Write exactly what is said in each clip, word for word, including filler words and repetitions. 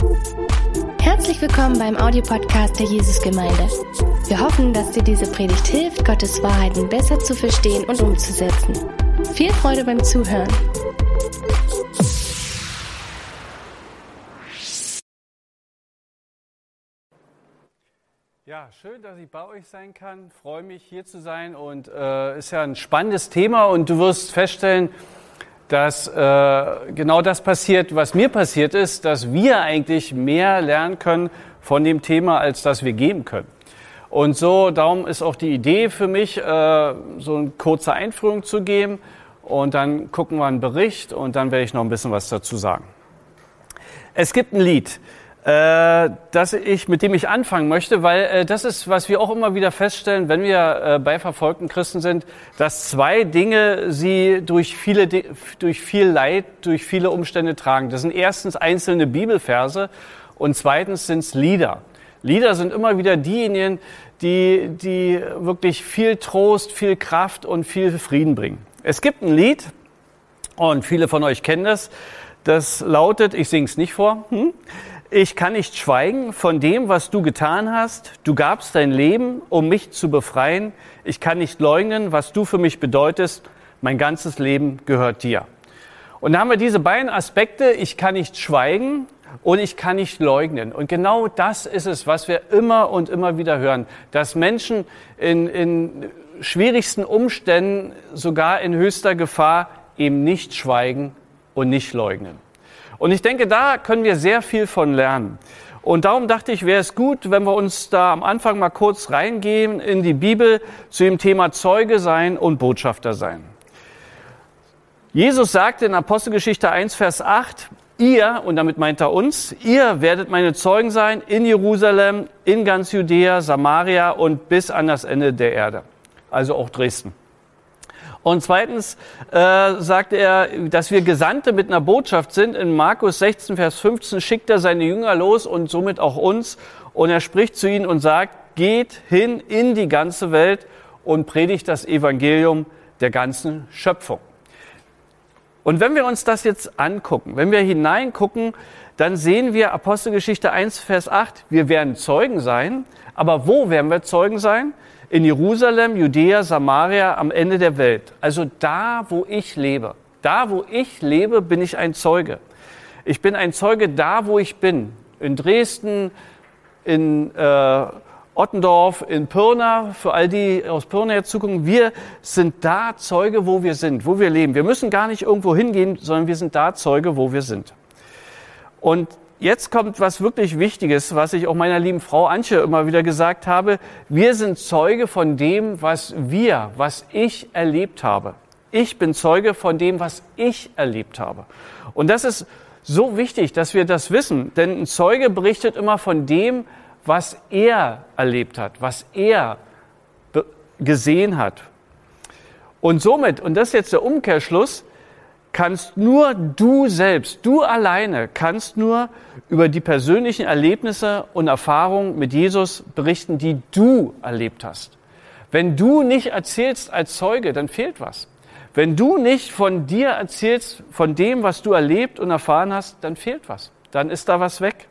Herzlich willkommen beim Audiopodcast der Jesusgemeinde. Wir hoffen, dass dir diese Predigt hilft, Gottes Wahrheiten besser zu verstehen und umzusetzen. Viel Freude beim Zuhören. Ja, schön, dass ich bei euch sein kann. Freue mich, hier zu sein und äh, ist ja ein spannendes Thema und du wirst feststellen, dass äh, genau das passiert, was mir passiert ist, dass wir eigentlich mehr lernen können von dem Thema, als dass wir geben können. Und so, darum ist auch die Idee für mich, äh, so eine kurze Einführung zu geben und dann gucken wir einen Bericht und dann werde ich noch ein bisschen was dazu sagen. Es gibt ein Lied, äh, das ich, mit dem ich anfangen möchte, weil äh, das ist, was wir auch immer wieder feststellen, wenn wir äh, bei verfolgten Christen sind, dass zwei Dinge sie durch viele, durch viel Leid, durch viele Umstände tragen. Das sind erstens einzelne Bibelverse und zweitens sind es Lieder. Lieder sind immer wieder diejenigen, die, die wirklich viel Trost, viel Kraft und viel Frieden bringen. Es gibt ein Lied, und viele von euch kennen das, das lautet, ich singe es nicht vor, hm? Ich kann nicht schweigen von dem, was du getan hast. Du gabst dein Leben, um mich zu befreien. Ich kann nicht leugnen, was du für mich bedeutest. Mein ganzes Leben gehört dir. Und da haben wir diese beiden Aspekte, ich kann nicht schweigen und ich kann nicht leugnen. Und genau das ist es, was wir immer und immer wieder hören, dass Menschen in, in schwierigsten Umständen, sogar in höchster Gefahr, eben nicht schweigen und nicht leugnen. Und ich denke, da können wir sehr viel von lernen. Und darum dachte ich, wäre es gut, wenn wir uns da am Anfang mal kurz reingehen in die Bibel zu dem Thema Zeuge sein und Botschafter sein. Jesus sagte in Apostelgeschichte eins, Vers acht, ihr, und damit meint er uns, ihr werdet meine Zeugen sein in Jerusalem, in ganz Judäa, Samaria und bis an das Ende der Erde. Also auch Dresden. Und zweitens äh, sagt er, dass wir Gesandte mit einer Botschaft sind. In Markus sechzehn, Vers fünfzehn schickt er seine Jünger los und somit auch uns. Und er spricht zu ihnen und sagt, geht hin in die ganze Welt und predigt das Evangelium der ganzen Schöpfung. Und wenn wir uns das jetzt angucken, wenn wir hineingucken, dann sehen wir Apostelgeschichte eins, Vers acht, wir werden Zeugen sein. Aber wo werden wir Zeugen sein? In Jerusalem, Judäa, Samaria, am Ende der Welt. Also da, wo ich lebe. Da, wo ich lebe, bin ich ein Zeuge. Ich bin ein Zeuge da, wo ich bin. In Dresden, in äh, Ottendorf, in Pirna, für all die aus Pirna jetzt zugucken. Wir sind da Zeuge, wo wir sind, wo wir leben. Wir müssen gar nicht irgendwo hingehen, sondern wir sind da Zeuge, wo wir sind. Und jetzt kommt was wirklich Wichtiges, was ich auch meiner lieben Frau Antje immer wieder gesagt habe. Wir sind Zeuge von dem, was wir, was ich erlebt habe. Ich bin Zeuge von dem, was ich erlebt habe. Und das ist so wichtig, dass wir das wissen. Denn ein Zeuge berichtet immer von dem, was er erlebt hat, was er gesehen hat. Und somit, und das ist jetzt der Umkehrschluss, kannst nur du selbst, du alleine kannst nur über die persönlichen Erlebnisse und Erfahrungen mit Jesus berichten, die du erlebt hast. Wenn du nicht erzählst als Zeuge, dann fehlt was. Wenn du nicht von dir erzählst, von dem, was du erlebt und erfahren hast, dann fehlt was. Dann ist da was weg.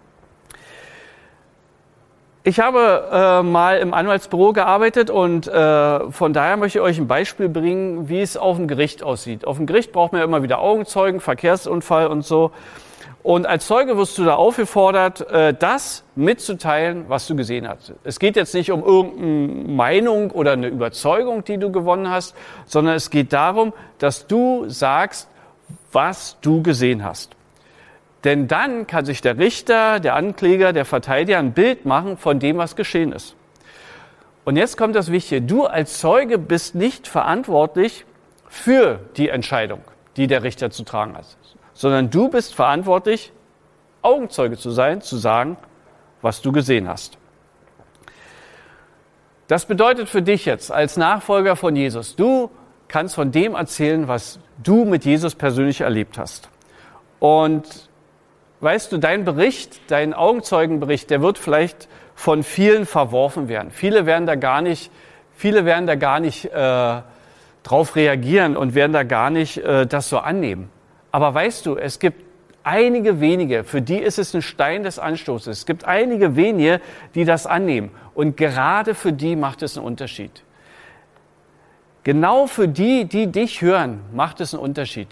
Ich habe äh, mal im Anwaltsbüro gearbeitet und äh, von daher möchte ich euch ein Beispiel bringen, wie es auf dem Gericht aussieht. Auf dem Gericht braucht man ja immer wieder Augenzeugen, Verkehrsunfall und so. Und als Zeuge wirst du da aufgefordert, äh, das mitzuteilen, was du gesehen hast. Es geht jetzt nicht um irgendeine Meinung oder eine Überzeugung, die du gewonnen hast, sondern es geht darum, dass du sagst, was du gesehen hast. Denn dann kann sich der Richter, der Ankläger, der Verteidiger ein Bild machen von dem, was geschehen ist. Und jetzt kommt das Wichtige. Du als Zeuge bist nicht verantwortlich für die Entscheidung, die der Richter zu tragen hat, sondern du bist verantwortlich, Augenzeuge zu sein, zu sagen, was du gesehen hast. Das bedeutet für dich jetzt als Nachfolger von Jesus, du kannst von dem erzählen, was du mit Jesus persönlich erlebt hast. Und weißt du, dein Bericht, dein Augenzeugenbericht, der wird vielleicht von vielen verworfen werden. Viele werden da gar nicht, viele werden da gar nicht äh, drauf reagieren und werden da gar nicht äh, das so annehmen. Aber weißt du, es gibt einige wenige, für die ist es ein Stein des Anstoßes. Es gibt einige wenige, die das annehmen. Und gerade für die macht es einen Unterschied. Genau für die, die dich hören, macht es einen Unterschied.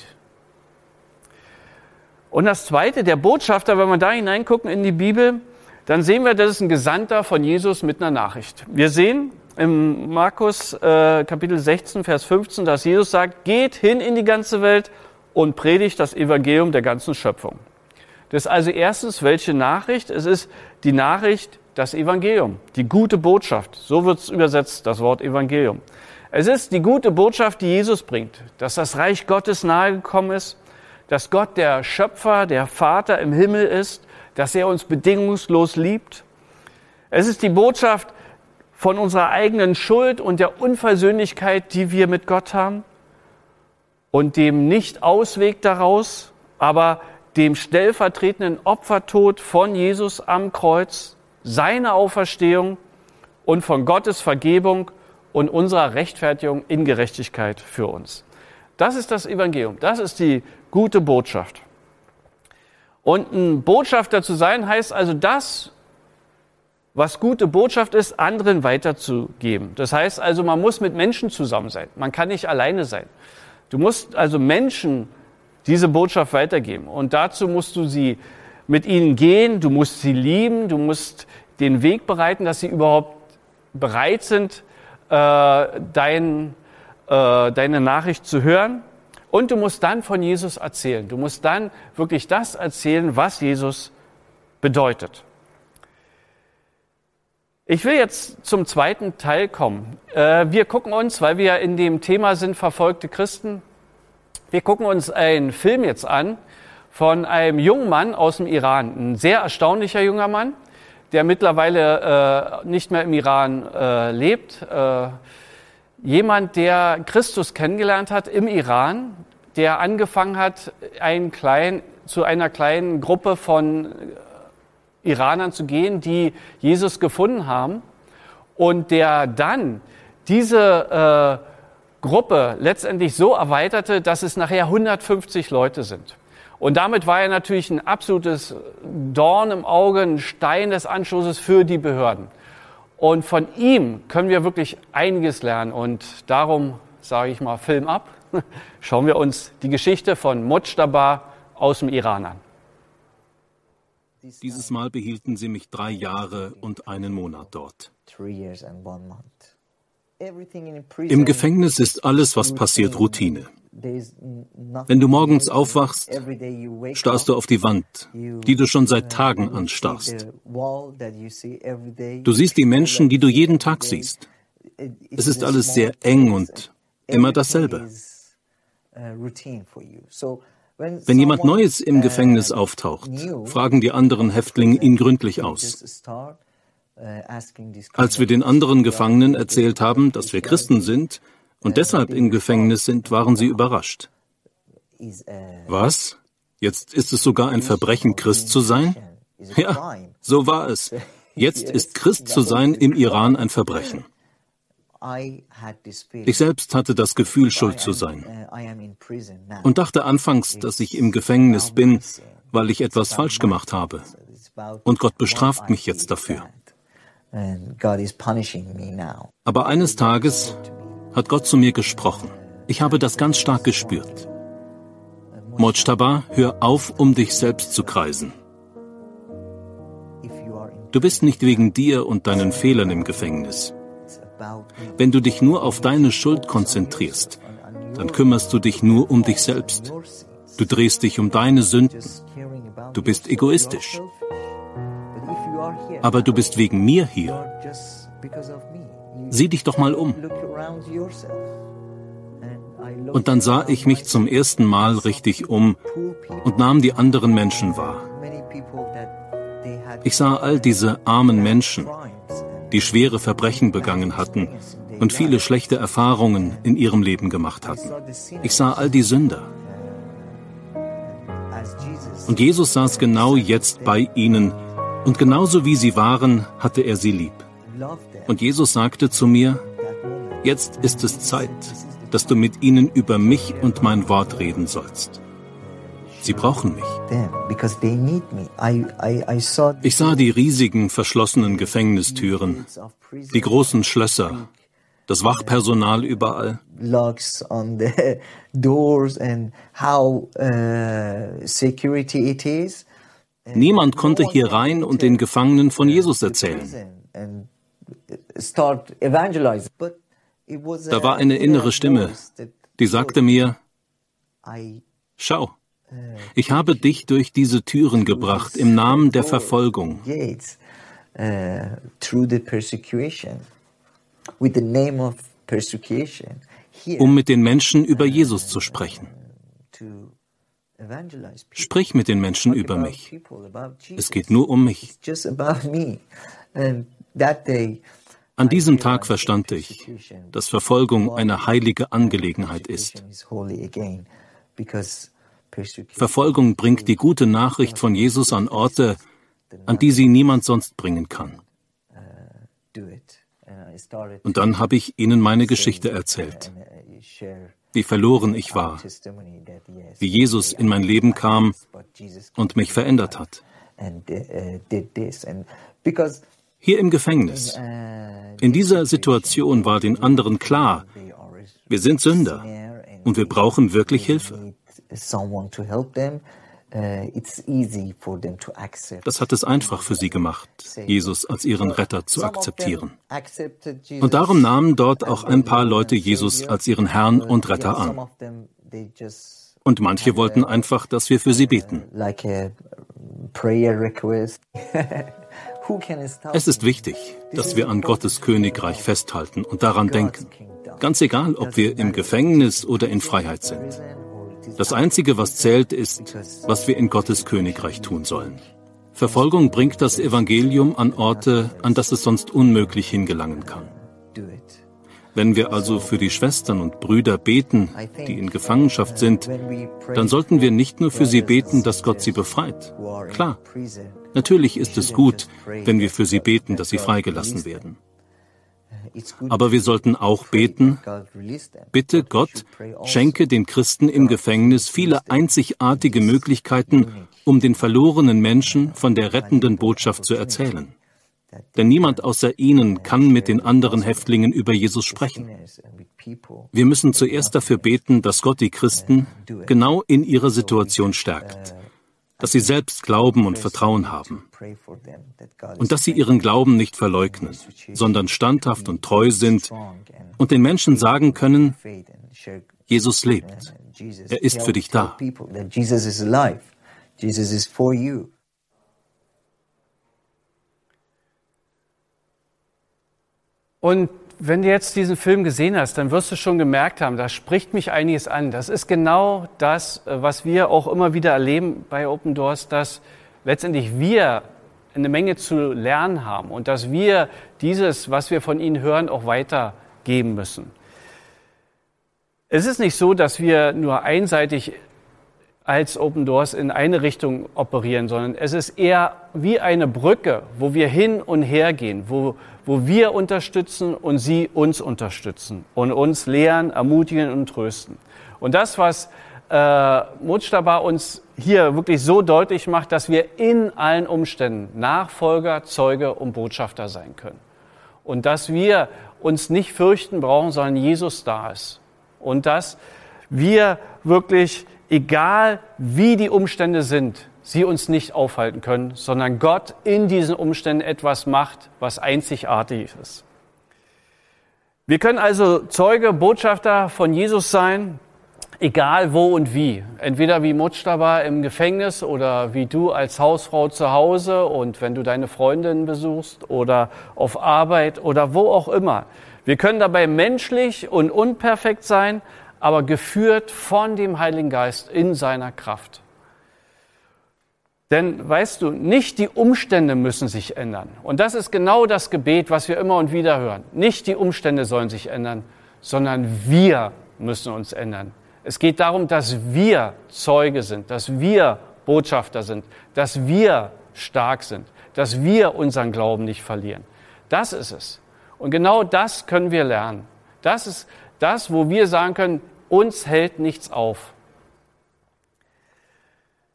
Und das Zweite, der Botschafter, wenn wir da hineingucken in die Bibel, dann sehen wir, das ist ein Gesandter von Jesus mit einer Nachricht. Wir sehen im Markus äh, Kapitel sechzehn, Vers fünfzehn, dass Jesus sagt, geht hin in die ganze Welt und predigt das Evangelium der ganzen Schöpfung. Das ist also erstens, welche Nachricht? Es ist die Nachricht, das Evangelium, die gute Botschaft. So wird es übersetzt, das Wort Evangelium. Es ist die gute Botschaft, die Jesus bringt, dass das Reich Gottes nahegekommen ist, dass Gott der Schöpfer, der Vater im Himmel ist, dass er uns bedingungslos liebt. Es ist die Botschaft von unserer eigenen Schuld und der Unversöhnlichkeit, die wir mit Gott haben und dem Nicht-Ausweg daraus, aber dem stellvertretenden Opfertod von Jesus am Kreuz, seine Auferstehung und von Gottes Vergebung und unserer Rechtfertigung in Gerechtigkeit für uns. Das ist das Evangelium, das ist die gute Botschaft. Und ein Botschafter zu sein, heißt also das, was gute Botschaft ist, anderen weiterzugeben. Das heißt also, man muss mit Menschen zusammen sein. Man kann nicht alleine sein. Du musst also Menschen diese Botschaft weitergeben. Und dazu musst du sie mit ihnen gehen, du musst sie lieben, du musst den Weg bereiten, dass sie überhaupt bereit sind, äh, dein, äh, deine Nachricht zu hören. Und du musst dann von Jesus erzählen. Du musst dann wirklich das erzählen, was Jesus bedeutet. Ich will jetzt zum zweiten Teil kommen. Wir gucken uns, weil wir ja in dem Thema sind, verfolgte Christen, wir gucken uns einen Film jetzt an von einem jungen Mann aus dem Iran. Ein sehr erstaunlicher junger Mann, der mittlerweile nicht mehr im Iran lebt. Jemand, der Christus kennengelernt hat im Iran, der angefangen hat, einen kleinen, zu einer kleinen Gruppe von Iranern zu gehen, die Jesus gefunden haben und der dann diese äh, Gruppe letztendlich so erweiterte, dass es nachher hundertfünfzig Leute sind. Und damit war er natürlich ein absolutes Dorn im Auge, ein Stein des Anstoßes für die Behörden. Und von ihm können wir wirklich einiges lernen. Und darum sage ich mal, Film ab. Schauen wir uns die Geschichte von Mojtaba aus dem Iran an. Dieses Mal behielten sie mich drei Jahre und einen Monat dort. Im Gefängnis ist alles, was passiert, Routine. Wenn du morgens aufwachst, starrst du auf die Wand, die du schon seit Tagen anstarrst. Du siehst die Menschen, die du jeden Tag siehst. Es ist alles sehr eng und immer dasselbe. Wenn jemand Neues im Gefängnis auftaucht, fragen die anderen Häftlinge ihn gründlich aus. Als wir den anderen Gefangenen erzählt haben, dass wir Christen sind und deshalb im Gefängnis sind, waren sie überrascht. Was? Jetzt ist es sogar ein Verbrechen, Christ zu sein? Ja, so war es. Jetzt ist Christ zu sein im Iran ein Verbrechen. Ich selbst hatte das Gefühl, schuld zu sein und dachte anfangs, dass ich im Gefängnis bin, weil ich etwas falsch gemacht habe. Und Gott bestraft mich jetzt dafür. Aber eines Tages hat Gott zu mir gesprochen. Ich habe das ganz stark gespürt. Mojtaba, hör auf, um dich selbst zu kreisen. Du bist nicht wegen dir und deinen Fehlern im Gefängnis. Wenn du dich nur auf deine Schuld konzentrierst, dann kümmerst du dich nur um dich selbst. Du drehst dich um deine Sünden. Du bist egoistisch. Aber du bist wegen mir hier. Sieh dich doch mal um. Und dann sah ich mich zum ersten Mal richtig um und nahm die anderen Menschen wahr. Ich sah all diese armen Menschen, die schwere Verbrechen begangen hatten und viele schlechte Erfahrungen in ihrem Leben gemacht hatten. Ich sah all die Sünder. Und Jesus saß genau jetzt bei ihnen und genauso wie sie waren, hatte er sie lieb. Und Jesus sagte zu mir, jetzt ist es Zeit, dass du mit ihnen über mich und mein Wort reden sollst. Sie brauchen mich. Ich sah die riesigen, verschlossenen Gefängnistüren, die großen Schlösser, das Wachpersonal überall. Niemand konnte hier rein und den Gefangenen von Jesus erzählen. Da war eine innere Stimme, die sagte mir, schau, ich habe dich durch diese Türen gebracht im Namen der Verfolgung. Um mit den Menschen über Jesus zu sprechen. Sprich mit den Menschen über mich. Es geht nur um mich. An diesem Tag verstand ich, dass Verfolgung eine heilige Angelegenheit ist. Verfolgung bringt die gute Nachricht von Jesus an Orte, an die sie niemand sonst bringen kann. Und dann habe ich ihnen meine Geschichte erzählt, wie verloren ich war, wie Jesus in mein Leben kam und mich verändert hat. Hier im Gefängnis, in dieser Situation war den anderen klar, wir sind Sünder und wir brauchen wirklich Hilfe. Das hat es einfach für sie gemacht, Jesus als ihren Retter zu akzeptieren. Und darum nahmen dort auch ein paar Leute Jesus als ihren Herrn und Retter an. Und manche wollten einfach, dass wir für sie beten. Es ist wichtig, dass wir an Gottes Königreich festhalten und daran denken. Ganz egal, ob wir im Gefängnis oder in Freiheit sind. Das Einzige, was zählt, ist, was wir in Gottes Königreich tun sollen. Verfolgung bringt das Evangelium an Orte, an das es sonst unmöglich hingelangen kann. Wenn wir also für die Schwestern und Brüder beten, die in Gefangenschaft sind, dann sollten wir nicht nur für sie beten, dass Gott sie befreit. Klar, natürlich ist es gut, wenn wir für sie beten, dass sie freigelassen werden. Aber wir sollten auch beten, bitte Gott, schenke den Christen im Gefängnis viele einzigartige Möglichkeiten, um den verlorenen Menschen von der rettenden Botschaft zu erzählen. Denn niemand außer ihnen kann mit den anderen Häftlingen über Jesus sprechen. Wir müssen zuerst dafür beten, dass Gott die Christen genau in ihrer Situation stärkt, dass sie selbst Glauben und Vertrauen haben und dass sie ihren Glauben nicht verleugnen, sondern standhaft und treu sind und den Menschen sagen können, Jesus lebt, er ist für dich da. Und wenn du jetzt diesen Film gesehen hast, dann wirst du schon gemerkt haben, da spricht mich einiges an. Das ist genau das, was wir auch immer wieder erleben bei Open Doors, dass letztendlich wir eine Menge zu lernen haben und dass wir dieses, was wir von ihnen hören, auch weitergeben müssen. Es ist nicht so, dass wir nur einseitig als Open Doors in eine Richtung operieren, sondern es ist eher wie eine Brücke, wo wir hin und her gehen, wo, wo wir unterstützen und sie uns unterstützen und uns lehren, ermutigen und trösten. Und das, was äh, Mujtaba uns hier wirklich so deutlich macht, dass wir in allen Umständen Nachfolger, Zeuge und Botschafter sein können. Und dass wir uns nicht fürchten brauchen, sondern Jesus da ist. Und dass wir wirklich, egal wie die Umstände sind, sie uns nicht aufhalten können, sondern Gott in diesen Umständen etwas macht, was einzigartig ist. Wir können also Zeuge, Botschafter von Jesus sein, egal wo und wie. Entweder wie Mujtaba im Gefängnis oder wie du als Hausfrau zu Hause und wenn du deine Freundin besuchst oder auf Arbeit oder wo auch immer. Wir können dabei menschlich und unperfekt sein, aber geführt von dem Heiligen Geist in seiner Kraft. Denn, weißt du, nicht die Umstände müssen sich ändern. Und das ist genau das Gebet, was wir immer und wieder hören. Nicht die Umstände sollen sich ändern, sondern wir müssen uns ändern. Es geht darum, dass wir Zeuge sind, dass wir Botschafter sind, dass wir stark sind, dass wir unseren Glauben nicht verlieren. Das ist es. Und genau das können wir lernen. Das ist das, wo wir sagen können, uns hält nichts auf.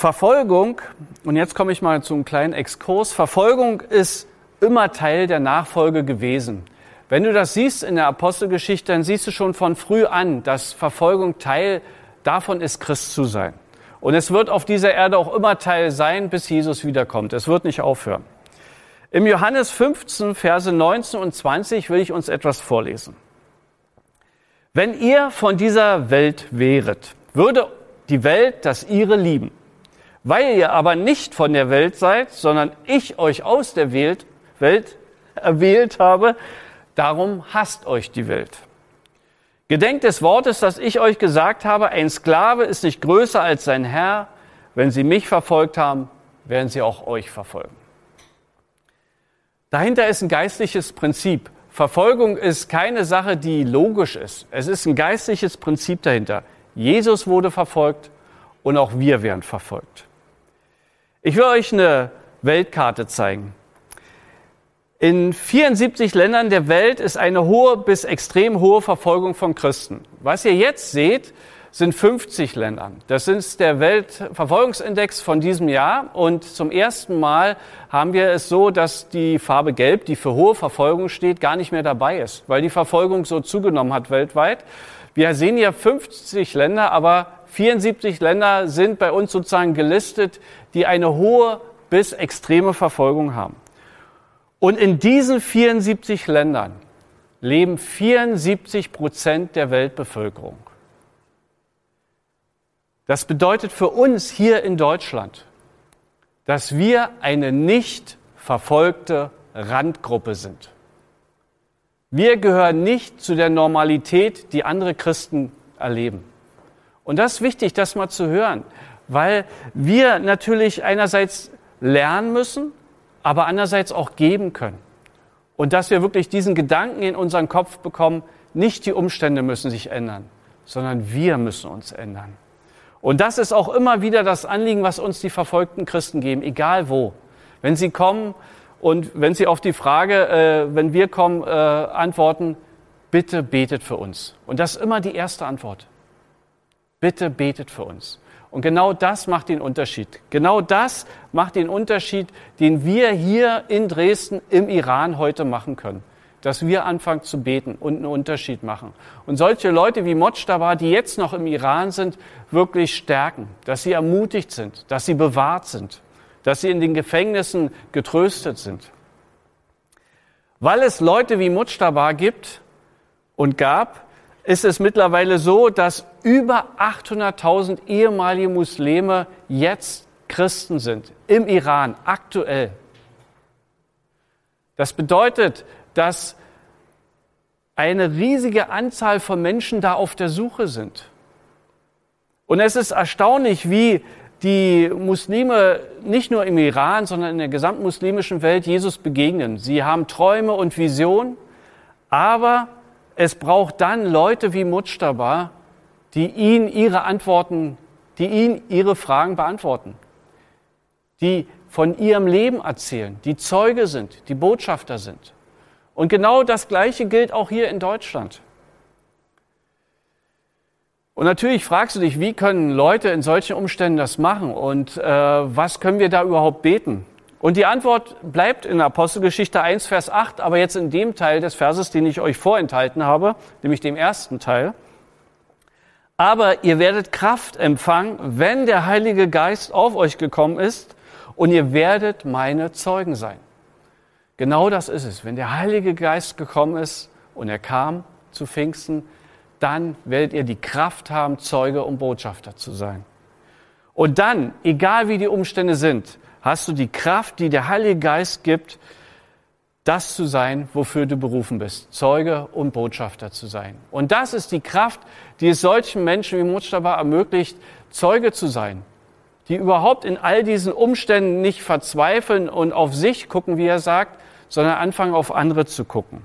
Verfolgung, und jetzt komme ich mal zu einem kleinen Exkurs, Verfolgung ist immer Teil der Nachfolge gewesen. Wenn du das siehst in der Apostelgeschichte, dann siehst du schon von früh an, dass Verfolgung Teil davon ist, Christ zu sein. Und es wird auf dieser Erde auch immer Teil sein, bis Jesus wiederkommt. Es wird nicht aufhören. Im Johannes fünfzehn, Verse neunzehn und zwanzig will ich uns etwas vorlesen. Wenn ihr von dieser Welt wäret, würde die Welt das ihre lieben. Weil ihr aber nicht von der Welt seid, sondern ich euch aus der Welt, Welt erwählt habe, darum hasst euch die Welt. Gedenkt des Wortes, das ich euch gesagt habe, ein Sklave ist nicht größer als sein Herr. Wenn sie mich verfolgt haben, werden sie auch euch verfolgen. Dahinter ist ein geistliches Prinzip. Verfolgung ist keine Sache, die logisch ist. Es ist ein geistliches Prinzip dahinter. Jesus wurde verfolgt und auch wir werden verfolgt. Ich will euch eine Weltkarte zeigen. In vierundsiebzig Ländern der Welt ist eine hohe bis extrem hohe Verfolgung von Christen. Was ihr jetzt seht, sind fünfzig Länder. Das ist der Weltverfolgungsindex von diesem Jahr. Und zum ersten Mal haben wir es so, dass die Farbe Gelb, die für hohe Verfolgung steht, gar nicht mehr dabei ist, weil die Verfolgung so zugenommen hat weltweit. Wir sehen hier fünfzig Länder, aber vierundsiebzig Länder sind bei uns sozusagen gelistet, die eine hohe bis extreme Verfolgung haben. Und in diesen vierundsiebzig Ländern leben vierundsiebzig Prozent der Weltbevölkerung. Das bedeutet für uns hier in Deutschland, dass wir eine nicht verfolgte Randgruppe sind. Wir gehören nicht zu der Normalität, die andere Christen erleben. Und das ist wichtig, das mal zu hören, weil wir natürlich einerseits lernen müssen, aber andererseits auch geben können. Und dass wir wirklich diesen Gedanken in unseren Kopf bekommen, nicht die Umstände müssen sich ändern, sondern wir müssen uns ändern. Und das ist auch immer wieder das Anliegen, was uns die verfolgten Christen geben, egal wo. Wenn sie kommen und wenn sie auf die Frage, äh, wenn wir kommen, äh, antworten, bitte betet für uns. Und das ist immer die erste Antwort. Bitte betet für uns. Und genau das macht den Unterschied. Genau das macht den Unterschied, den wir hier in Dresden im Iran heute machen können. Dass wir anfangen zu beten und einen Unterschied machen. Und solche Leute wie Mojtaba, die jetzt noch im Iran sind, wirklich stärken. Dass sie ermutigt sind, dass sie bewahrt sind, dass sie in den Gefängnissen getröstet sind. Weil es Leute wie Mojtaba gibt und gab, ist es mittlerweile so, dass über achthunderttausend ehemalige Muslime jetzt Christen sind, im Iran, aktuell. Das bedeutet, dass eine riesige Anzahl von Menschen da auf der Suche sind. Und es ist erstaunlich, wie die Muslime nicht nur im Iran, sondern in der gesamten muslimischen Welt Jesus begegnen. Sie haben Träume und Visionen, aber es braucht dann Leute wie Mojtaba, die ihnen ihre Antworten, die ihnen ihre Fragen beantworten, die von ihrem Leben erzählen, die Zeuge sind, die Botschafter sind. Und genau das Gleiche gilt auch hier in Deutschland. Und natürlich fragst du dich, wie können Leute in solchen Umständen das machen und äh, was können wir da überhaupt beten? Und die Antwort bleibt in Apostelgeschichte eins, Vers acht, aber jetzt in dem Teil des Verses, den ich euch vorenthalten habe, nämlich dem ersten Teil. Aber ihr werdet Kraft empfangen, wenn der Heilige Geist auf euch gekommen ist, und ihr werdet meine Zeugen sein. Genau das ist es. Wenn der Heilige Geist gekommen ist und er kam zu Pfingsten, dann werdet ihr die Kraft haben, Zeuge und Botschafter zu sein. Und dann, egal wie die Umstände sind, hast du die Kraft, die der Heilige Geist gibt, das zu sein, wofür du berufen bist, Zeuge und Botschafter zu sein. Und das ist die Kraft, die es solchen Menschen wie Mojtaba ermöglicht, Zeuge zu sein, die überhaupt in all diesen Umständen nicht verzweifeln und auf sich gucken, wie er sagt, sondern anfangen, auf andere zu gucken.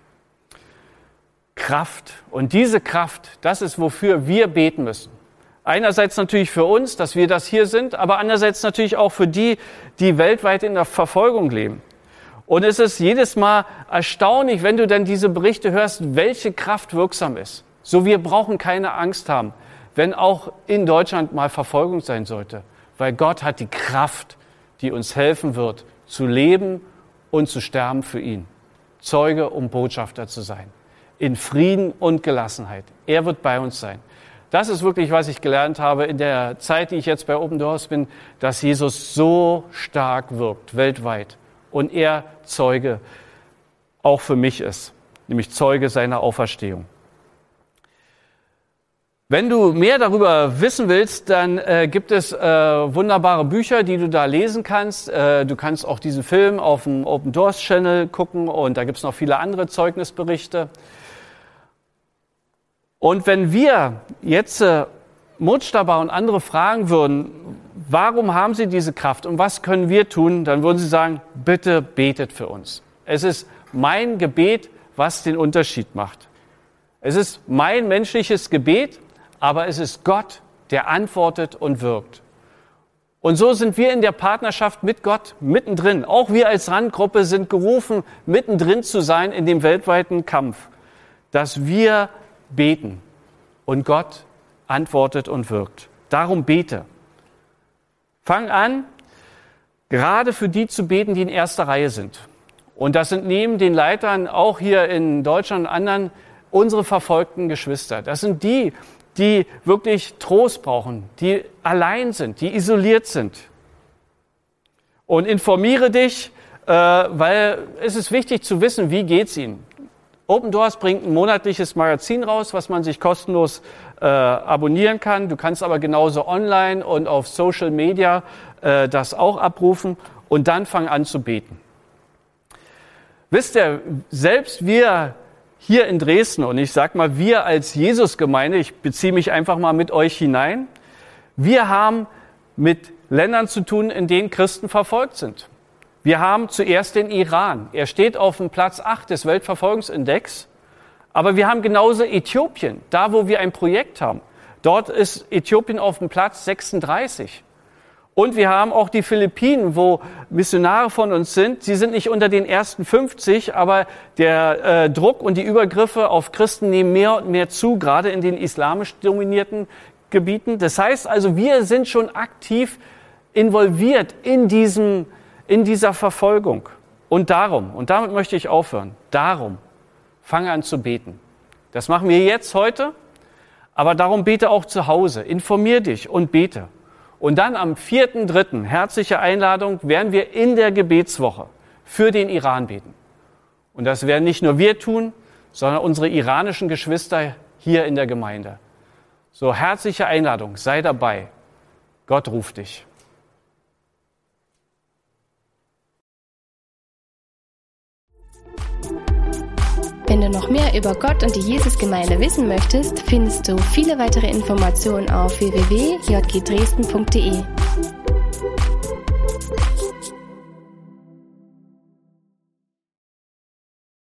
Kraft. Und diese Kraft, das ist, wofür wir beten müssen. Einerseits natürlich für uns, dass wir das hier sind, aber andererseits natürlich auch für die, die weltweit in der Verfolgung leben. Und es ist jedes Mal erstaunlich, wenn du dann diese Berichte hörst, welche Kraft wirksam ist. So, wir brauchen keine Angst haben, wenn auch in Deutschland mal Verfolgung sein sollte. weil Gott hat die Kraft, die uns helfen wird, zu leben und zu sterben für ihn. Zeuge und Botschafter zu sein. In Frieden und Gelassenheit. Er wird bei uns sein. Das ist wirklich, was ich gelernt habe in der Zeit, die ich jetzt bei Open Doors bin, dass Jesus so stark wirkt, weltweit. Und er Zeuge auch für mich ist, nämlich Zeuge seiner Auferstehung. Wenn du mehr darüber wissen willst, dann äh, gibt es äh, wunderbare Bücher, die du da lesen kannst. Äh, du kannst auch diesen Film auf dem Open Doors Channel gucken und da gibt es noch viele andere Zeugnisberichte. Und wenn wir jetzt äh, Mutschtaber und andere fragen würden, warum haben sie diese Kraft und was können wir tun, dann würden sie sagen, bitte betet für uns. Es ist mein Gebet, was den Unterschied macht. Es ist mein menschliches Gebet, aber es ist Gott, der antwortet und wirkt. Und so sind wir in der Partnerschaft mit Gott mittendrin. Auch wir als Randgruppe sind gerufen, mittendrin zu sein in dem weltweiten Kampf, dass wir beten und Gott antwortet und wirkt. Darum bete. Fang an, gerade für die zu beten, die in erster Reihe sind. Und das sind neben den Leitern auch hier in Deutschland und anderen unsere verfolgten Geschwister. Das sind die, die wirklich Trost brauchen, die allein sind, die isoliert sind. Und informiere dich, äh, weil es ist wichtig zu wissen, wie geht's ihnen. Open Doors bringt ein monatliches Magazin raus, was man sich kostenlos äh, abonnieren kann. Du kannst aber genauso online und auf Social Media äh, das auch abrufen und dann fang an zu beten. Wisst ihr, selbst wir hier in Dresden, und ich sag mal wir als Jesus-Gemeinde, ich beziehe mich einfach mal mit euch hinein, wir haben mit Ländern zu tun, in denen Christen verfolgt sind. Wir haben zuerst den Iran. Er steht auf dem Platz acht des Weltverfolgungsindex. Aber wir haben genauso Äthiopien, da wo wir ein Projekt haben. Dort ist Äthiopien auf dem Platz sechsunddreißig. Und wir haben auch die Philippinen, wo Missionare von uns sind. Sie sind nicht unter den ersten fünfzig, aber der äh, Druck und die Übergriffe auf Christen nehmen mehr und mehr zu, gerade in den islamisch dominierten Gebieten. Das heißt also, wir sind schon aktiv involviert in diesem, in dieser Verfolgung. Und darum, und damit möchte ich aufhören, darum, fange an zu beten. Das machen wir jetzt heute, aber darum bete auch zu Hause. Informier dich und bete. Und dann am vierten dritten herzliche Einladung, werden wir in der Gebetswoche für den Iran beten. Und das werden nicht nur wir tun, sondern unsere iranischen Geschwister hier in der Gemeinde. So, herzliche Einladung, sei dabei. Gott ruft dich. Wenn du noch mehr über Gott und die Jesusgemeinde wissen möchtest, findest du viele weitere Informationen auf w w w punkt j g dresden punkt d e.